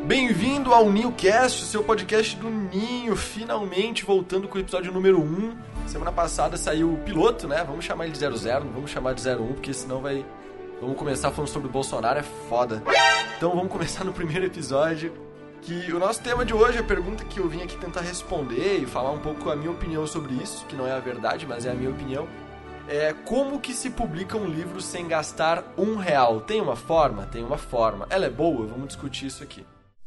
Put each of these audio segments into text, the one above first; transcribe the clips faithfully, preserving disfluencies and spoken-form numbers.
Bem-vindo ao NinhoCast, seu podcast do Ninho, finalmente voltando com o episódio número um. Semana passada saiu o piloto, né? Vamos chamar ele de zero zero, não vamos chamar de zero um, porque senão vai... Vamos começar falando sobre o Bolsonaro, é foda. Então vamos começar no primeiro episódio, que o nosso tema de hoje, a pergunta que eu vim aqui tentar responder e falar um pouco a minha opinião sobre isso, que não é a verdade, mas é a minha opinião, é como que se publica um livro sem gastar um real. Tem uma forma? Tem uma forma. Ela é boa? Vamos discutir isso aqui.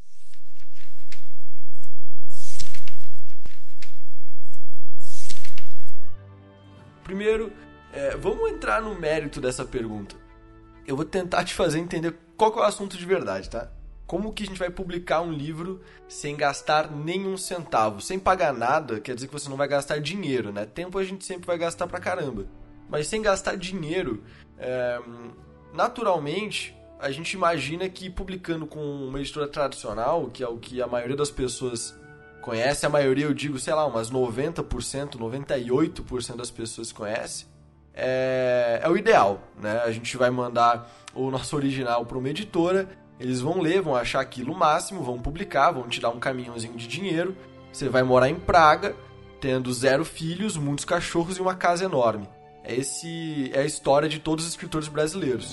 Primeiro, é, vamos entrar no mérito dessa pergunta. Eu vou tentar te fazer entender qual que é o assunto de verdade, tá? Como que a gente vai publicar um livro sem gastar nenhum centavo? Sem pagar nada, quer dizer que você não vai gastar dinheiro, né? Tempo a gente sempre vai gastar pra caramba. Mas sem gastar dinheiro, é, naturalmente, a gente imagina que publicando com uma editora tradicional, que é o que a maioria das pessoas conhece, a maioria eu digo, sei lá, umas noventa por cento, noventa e oito por cento das pessoas conhecem, é, é o ideal, né? A gente vai mandar o nosso original para uma editora, eles vão ler, vão achar aquilo o máximo, vão publicar, vão te dar um caminhãozinho de dinheiro, você vai morar em Praga, tendo zero filhos, muitos cachorros e uma casa enorme. Esse é a história de todos os escritores brasileiros.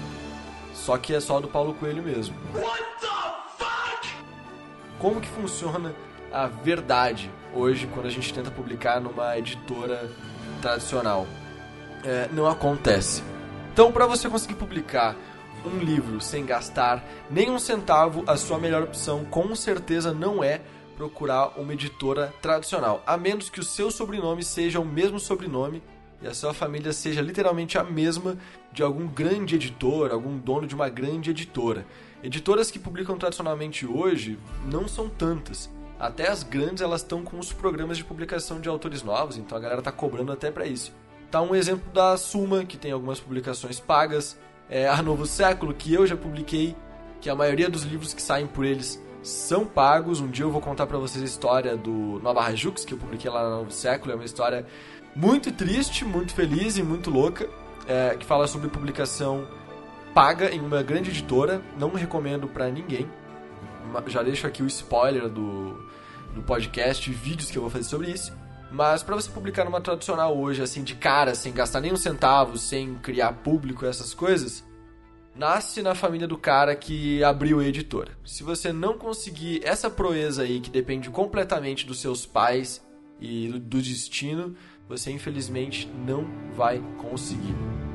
Só que é só do Paulo Coelho mesmo. What the fuck? Como que funciona a verdade hoje quando a gente tenta publicar numa editora tradicional? É, não acontece. Então, para você conseguir publicar um livro sem gastar nenhum centavo, a sua melhor opção com certeza não é procurar uma editora tradicional, a menos que o seu sobrenome seja o mesmo sobrenome e a sua família seja literalmente a mesma de algum grande editor, algum dono de uma grande editora. Editoras que publicam tradicionalmente hoje não são tantas. Até as grandes, elas estão com os programas de publicação de autores novos, então a galera está cobrando até para isso. Tá um exemplo da Suma, que tem algumas publicações pagas, é, a Novo Século, que eu já publiquei, que a maioria dos livros que saem por eles são pagos. Um dia eu vou contar para vocês a história do Nova Rajux, que eu publiquei lá na Novo Século, é uma história muito triste, muito feliz e muito louca, é, que fala sobre publicação paga em uma grande editora. Não recomendo para ninguém. Já deixo aqui o spoiler do, do podcast e vídeos que eu vou fazer sobre isso. Mas para você publicar numa tradicional hoje, assim, de cara, sem gastar nenhum centavo, sem criar público, essas coisas, nasce na família do cara que abriu a editora. Se você não conseguir essa proeza aí, que depende completamente dos seus pais e do, do destino, você infelizmente não vai conseguir.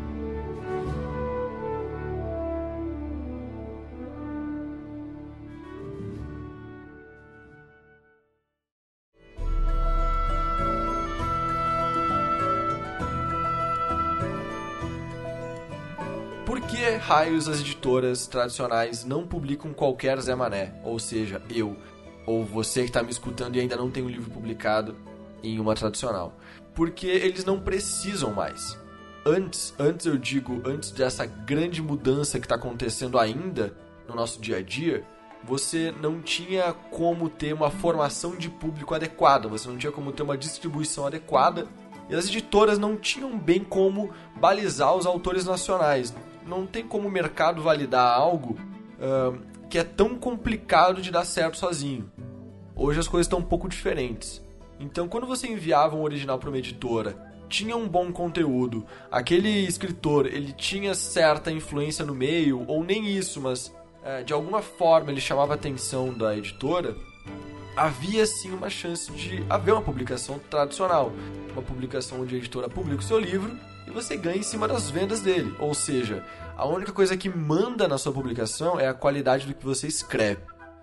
Por que raios as editoras tradicionais não publicam qualquer Zé Mané? Ou seja, eu, ou você que está me escutando e ainda não tem um livro publicado em uma tradicional? Porque eles não precisam mais. Antes, antes eu digo, antes dessa grande mudança que está acontecendo ainda no nosso dia a dia, você não tinha como ter uma formação de público adequada, você não tinha como ter uma distribuição adequada, e as editoras não tinham bem como balizar os autores nacionais. Não tem como o mercado validar algo uh, que é tão complicado de dar certo sozinho. Hoje as coisas estão um pouco diferentes. Então, quando você enviava um original para uma editora, tinha um bom conteúdo, aquele escritor ele tinha certa influência no meio, ou nem isso, mas uh, de alguma forma ele chamava a atenção da editora, havia sim uma chance de haver uma publicação tradicional. Uma publicação onde a editora publica o seu livro e você ganha em cima das vendas dele. Ou seja, a única coisa que manda na sua publicação é a qualidade do que você escreve.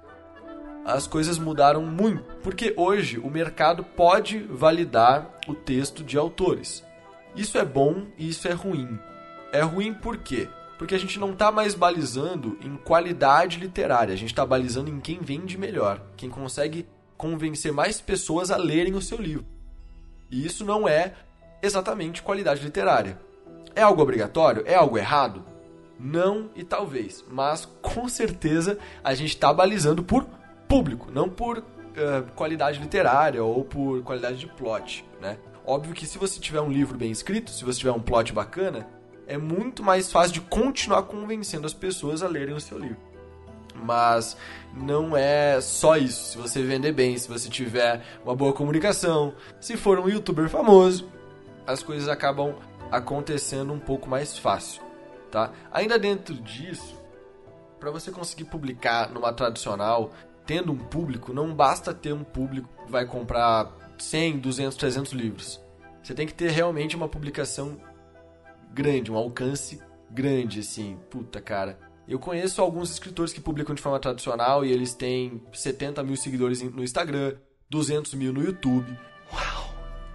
As coisas mudaram muito, porque hoje o mercado pode validar o texto de autores. Isso é bom e isso é ruim. É ruim por quê? Porque a gente não está mais balizando em qualidade literária, a gente está balizando em quem vende melhor, quem consegue convencer mais pessoas a lerem o seu livro. E isso não é exatamente qualidade literária. É algo obrigatório? É algo errado? Não e talvez, mas com certeza a gente está balizando por público, não por uh, qualidade literária ou por qualidade de plot, né? Óbvio que se você tiver um livro bem escrito, se você tiver um plot bacana, é muito mais fácil de continuar convencendo as pessoas a lerem o seu livro. Mas não é só isso. Se você vender bem, se você tiver uma boa comunicação, se for um youtuber famoso, as coisas acabam acontecendo um pouco mais fácil, tá? Ainda dentro disso, para você conseguir publicar numa tradicional, tendo um público, não basta ter um público que vai comprar cem, duzentos, trezentos livros. Você tem que ter realmente uma publicação grande, um alcance grande, assim. Puta, cara. Eu conheço alguns escritores que publicam de forma tradicional e eles têm setenta mil seguidores no Instagram, duzentos mil no YouTube. Uau!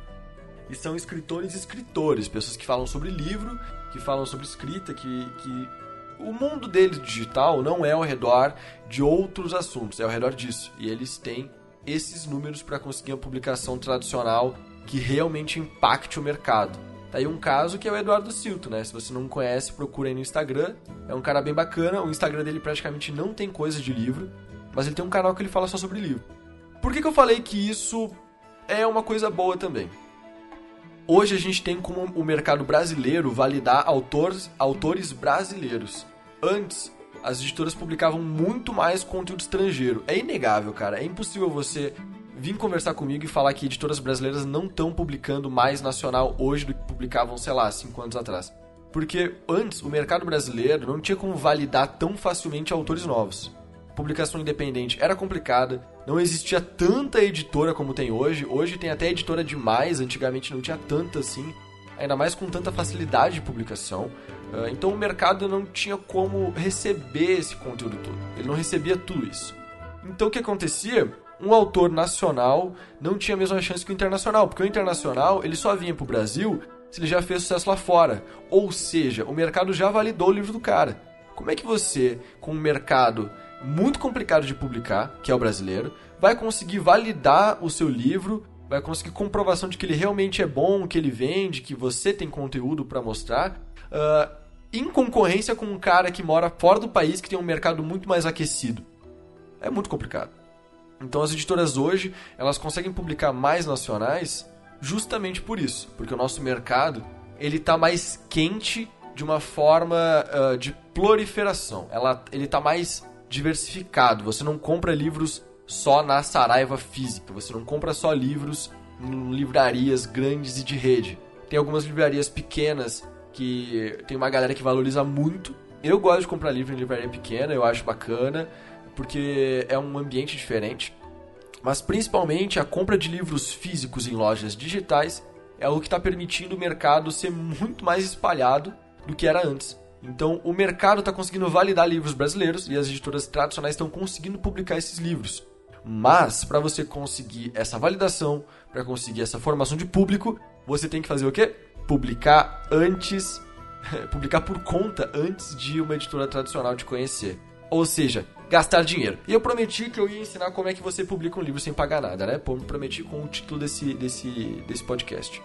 E são escritores e escritores, pessoas que falam sobre livro, que falam sobre escrita, que... que o mundo deles digital não é ao redor de outros assuntos, é ao redor disso. E eles têm esses números para conseguir uma publicação tradicional que realmente impacte o mercado. Tá aí um caso que é o Eduardo Silto, né? Se você não conhece, procura aí no Instagram. É um cara bem bacana. O Instagram dele praticamente não tem coisa de livro, mas ele tem um canal que ele fala só sobre livro. Por que que eu falei que isso é uma coisa boa também? Hoje a gente tem como o mercado brasileiro validar autores, autores brasileiros. Antes, as editoras publicavam muito mais conteúdo estrangeiro. É inegável, cara. É impossível você vir conversar comigo e falar que editoras brasileiras não estão publicando mais nacional hoje do que publicavam, sei lá, cinco anos atrás. Porque antes, o mercado brasileiro não tinha como validar tão facilmente autores novos. Publicação independente era complicada, não existia tanta editora como tem hoje. Hoje tem até editora demais, antigamente não tinha tanta assim, ainda mais com tanta facilidade de publicação. Então o mercado não tinha como receber esse conteúdo todo, ele não recebia tudo isso. Então o que acontecia? Um autor nacional não tinha a mesma chance que o internacional, porque o internacional ele só vinha para o Brasil se ele já fez sucesso lá fora. Ou seja, o mercado já validou o livro do cara. Como é que você, com um mercado muito complicado de publicar, que é o brasileiro, vai conseguir validar o seu livro, vai conseguir comprovação de que ele realmente é bom, que ele vende, que você tem conteúdo para mostrar, uh, em concorrência com um cara que mora fora do país, que tem um mercado muito mais aquecido? É muito complicado. Então as editoras hoje, elas conseguem publicar mais nacionais justamente por isso, porque o nosso mercado ele está mais quente de uma forma uh, de proliferação. Ela, ele está mais diversificado. Você não compra livros só na Saraiva física. Você não compra só livros em livrarias grandes e de rede. Tem algumas livrarias pequenas que tem uma galera que valoriza muito. Eu gosto de comprar livro em livraria pequena, eu acho bacana, porque é um ambiente diferente. Mas principalmente a compra de livros físicos em lojas digitais é algo que está permitindo o mercado ser muito mais espalhado do que era antes. Então, o mercado está conseguindo validar livros brasileiros e as editoras tradicionais estão conseguindo publicar esses livros. Mas, para você conseguir essa validação, para conseguir essa formação de público, você tem que fazer o quê? Publicar antes, publicar por conta antes de uma editora tradicional te conhecer. Ou seja, gastar dinheiro. E eu prometi que eu ia ensinar como é que você publica um livro sem pagar nada, né? Pô, eu prometi com o título desse, desse, desse podcast.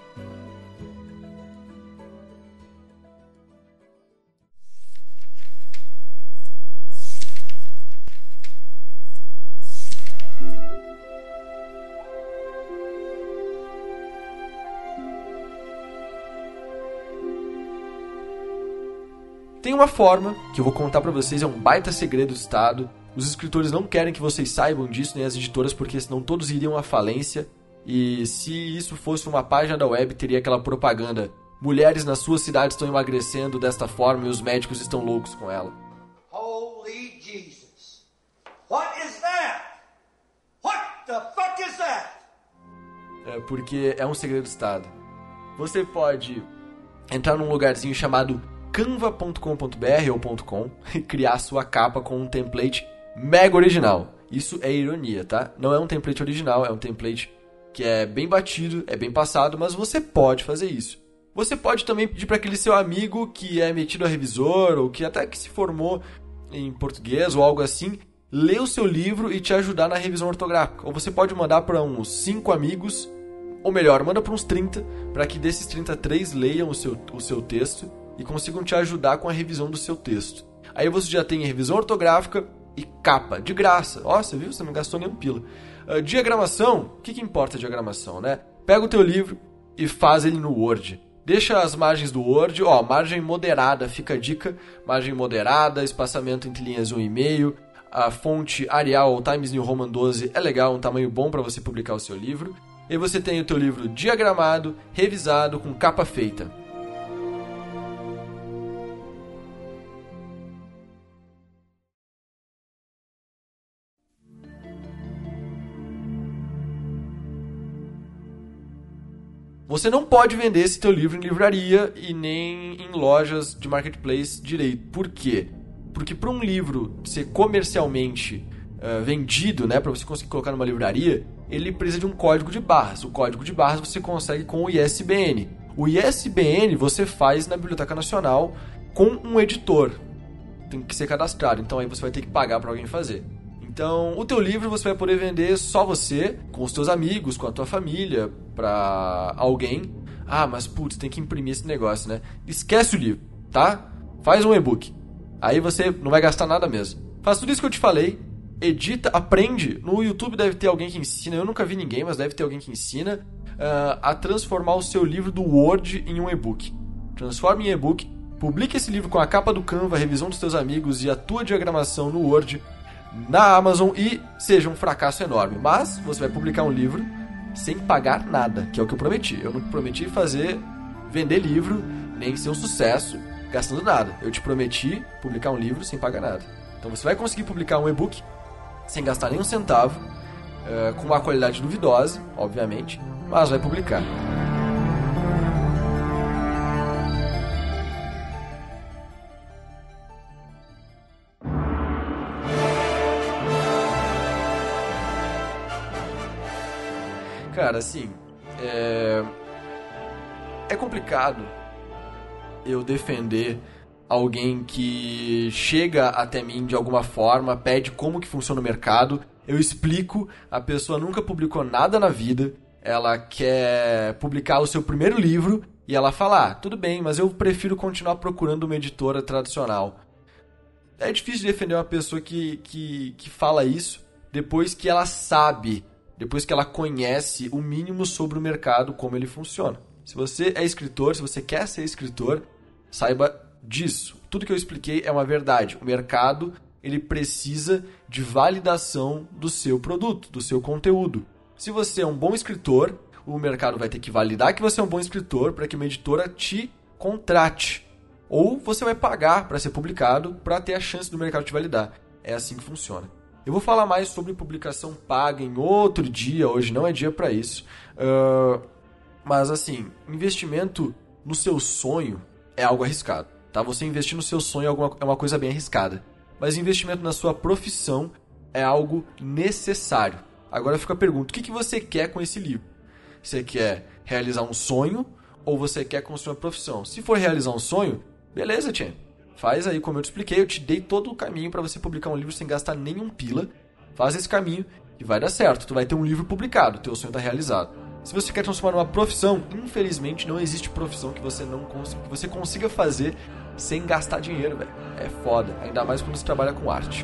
Tem uma forma, que eu vou contar pra vocês, é um baita segredo do Estado. Os escritores não querem que vocês saibam disso, nem as editoras, porque senão todos iriam à falência. E se isso fosse uma página da web, teria aquela propaganda: mulheres na sua cidade estão emagrecendo desta forma e os médicos estão loucos com ela. Holy Jesus. What is that? What the fuck is that? É porque é um segredo do Estado. Você pode entrar num lugarzinho chamado canva ponto com ponto b r ou .com e criar sua capa com um template mega original. Isso é ironia, tá? Não é um template original, é um template que é bem batido, é bem passado, mas você pode fazer isso. Você pode também pedir para aquele seu amigo que é metido a revisor ou que até que se formou em português ou algo assim, ler o seu livro e te ajudar na revisão ortográfica. Ou você pode mandar para uns cinco amigos, ou melhor, manda para uns trinta, para que desses trinta, três leiam o seu, o seu texto e consigam te ajudar com a revisão do seu texto. Aí você já tem a revisão ortográfica e capa, de graça. Ó, você viu? Você não gastou nenhum pila. Uh, diagramação, o que, que importa a diagramação, né? Pega o teu livro e faz ele no Word. Deixa as margens do Word, ó, margem moderada, fica a dica. Margem moderada, espaçamento entre linhas um e meio. a fonte Arial ou Times New Roman doze é legal, um tamanho bom para você publicar o seu livro. E você tem o teu livro diagramado, revisado, com capa feita. Você não pode vender esse teu livro em livraria e nem em lojas de marketplace direito. Por quê? Porque para um livro ser comercialmente uh, vendido, né, para você conseguir colocar numa livraria, ele precisa de um código de barras. O código de barras você consegue com o I S B N. O I S B N você faz na Biblioteca Nacional com um editor. Tem que ser cadastrado, então aí você vai ter que pagar para alguém fazer. Então, o teu livro você vai poder vender só você, com os teus amigos, com a tua família, para alguém. Ah, mas putz, tem que imprimir esse negócio, né? Esquece o livro, tá? Faz um e-book. Aí você não vai gastar nada mesmo. Faz tudo isso que eu te falei, edita, aprende. No YouTube deve ter alguém que ensina, eu nunca vi ninguém, mas deve ter alguém que ensina uh, a transformar o seu livro do Word em um e-book. Transforma em e-book, publica esse livro com a capa do Canva, a revisão dos teus amigos e a tua diagramação no Word, na Amazon, e seja um fracasso enorme. Mas você vai publicar um livro sem pagar nada, que é o que eu prometi. Eu não prometi fazer, vender livro, nem ser um sucesso gastando nada. Eu te prometi publicar um livro sem pagar nada. Então você vai conseguir publicar um e-book sem gastar nenhum centavo, uh, com uma qualidade duvidosa, obviamente, mas vai publicar. Cara, assim, é... é complicado eu defender alguém que chega até mim de alguma forma, pede como que funciona o mercado, eu explico, a pessoa nunca publicou nada na vida, ela quer publicar o seu primeiro livro e ela fala, ah, tudo bem, mas eu prefiro continuar procurando uma editora tradicional. É difícil defender uma pessoa que, que, que fala isso depois que ela sabe, depois que ela conhece o mínimo sobre o mercado, como ele funciona. Se você é escritor, se você quer ser escritor, saiba disso. Tudo que eu expliquei é uma verdade. O mercado, ele precisa de validação do seu produto, do seu conteúdo. Se você é um bom escritor, o mercado vai ter que validar que você é um bom escritor para que uma editora te contrate. Ou você vai pagar para ser publicado para ter a chance do mercado te validar. É assim que funciona. Eu vou falar mais sobre publicação paga em outro dia, hoje não é dia para isso. Uh, mas assim, investimento no seu sonho é algo arriscado. Tá? Você investir no seu sonho é, alguma, é uma coisa bem arriscada. Mas investimento na sua profissão é algo necessário. Agora fica a pergunta, o que, que você quer com esse livro? Você quer realizar um sonho ou você quer construir uma profissão? Se for realizar um sonho, beleza, tia. Faz aí como eu te expliquei, eu te dei todo o caminho para você publicar um livro sem gastar nenhum pila. Faz esse caminho e vai dar certo. Tu vai ter um livro publicado, teu sonho está realizado. Se você quer transformar numa profissão, infelizmente não existe profissão que você não cons- que você consiga fazer sem gastar dinheiro, velho. É foda, ainda mais quando você trabalha com arte.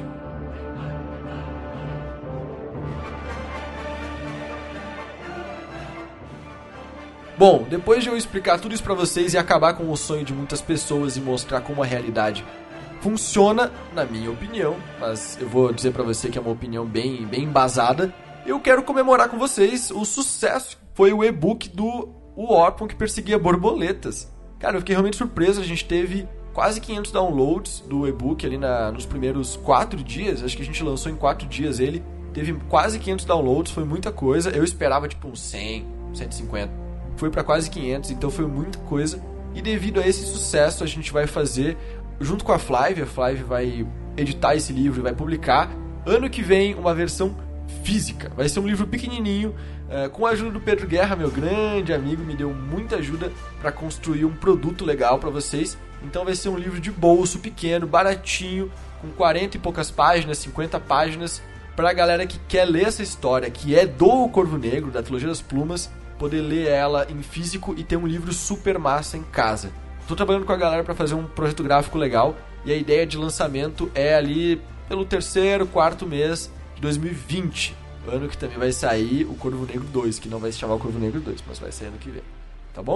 Bom, depois de eu explicar tudo isso pra vocês e acabar com o sonho de muitas pessoas e mostrar como a realidade funciona, na minha opinião, mas eu vou dizer pra você que é uma opinião bem, bem embasada, eu quero comemorar com vocês o sucesso que foi o e-book do O Órfão que Perseguia Borboletas. Cara, eu fiquei realmente surpreso, a gente teve quase quinhentos downloads do e-book ali na, nos primeiros quatro dias, acho que a gente lançou em quatro dias ele, teve quase quinhentos downloads, foi muita coisa, eu esperava tipo uns cem, cento e cinquenta, foi para quase quinhentos, então foi muita coisa, e devido a esse sucesso a gente vai fazer, junto com a Flávia, a Flávia vai editar esse livro e vai publicar, ano que vem uma versão física, vai ser um livro pequenininho, uh, com a ajuda do Pedro Guerra, meu grande amigo, me deu muita ajuda para construir um produto legal para vocês. Então vai ser um livro de bolso, pequeno, baratinho, com quarenta e poucas páginas, cinquenta páginas, pra galera que quer ler essa história, que é do Corvo Negro, da Trilogia das Plumas, poder ler ela em físico e ter um livro super massa em casa. Tô trabalhando com a galera pra fazer um projeto gráfico legal, e a ideia de lançamento é ali pelo terceiro, quarto mês de dois mil e vinte, ano que também vai sair o Corvo Negro dois, que não vai se chamar o Corvo Negro dois, mas vai sair ano que vem, tá bom?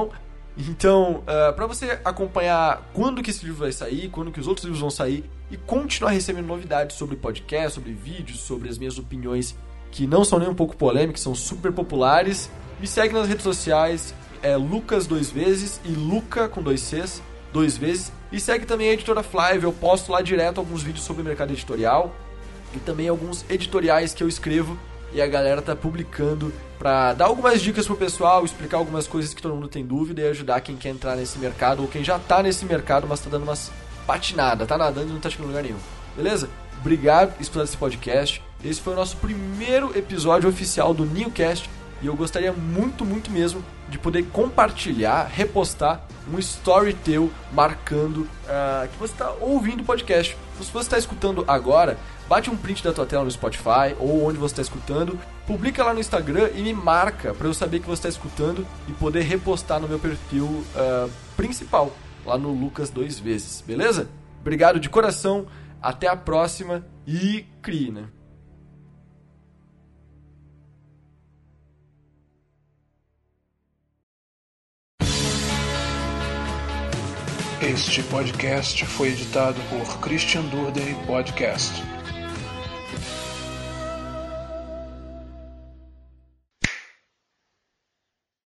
Então, uh, para você acompanhar quando que esse livro vai sair, quando que os outros livros vão sair e continuar recebendo novidades sobre podcast, sobre vídeos, sobre as minhas opiniões que não são nem um pouco polêmicas, são super populares, me segue nas redes sociais, é Lucas dois vezes e Luca com dois Cs, dois vezes. E segue também a Editora Flávia, eu posto lá direto alguns vídeos sobre o mercado editorial e também alguns editoriais que eu escrevo e a galera tá publicando pra dar algumas dicas pro pessoal, explicar algumas coisas que todo mundo tem dúvida e ajudar quem quer entrar nesse mercado ou quem já tá nesse mercado, mas tá dando umas patinadas, tá nadando e não tá chegando em lugar nenhum. Beleza? Obrigado por escutar esse podcast. Esse foi o nosso primeiro episódio oficial do NinhoCast e eu gostaria muito, muito mesmo de poder compartilhar, repostar um story teu marcando uh, que você está ouvindo o podcast. Então, se você está escutando agora, bate um print da tua tela no Spotify ou onde você está escutando, publica lá no Instagram e me marca para eu saber que você está escutando e poder repostar no meu perfil uh, principal, lá no Lucas dois vezes, beleza? Obrigado de coração, até a próxima e crie, né? Este podcast foi editado por Christian Durden Podcast.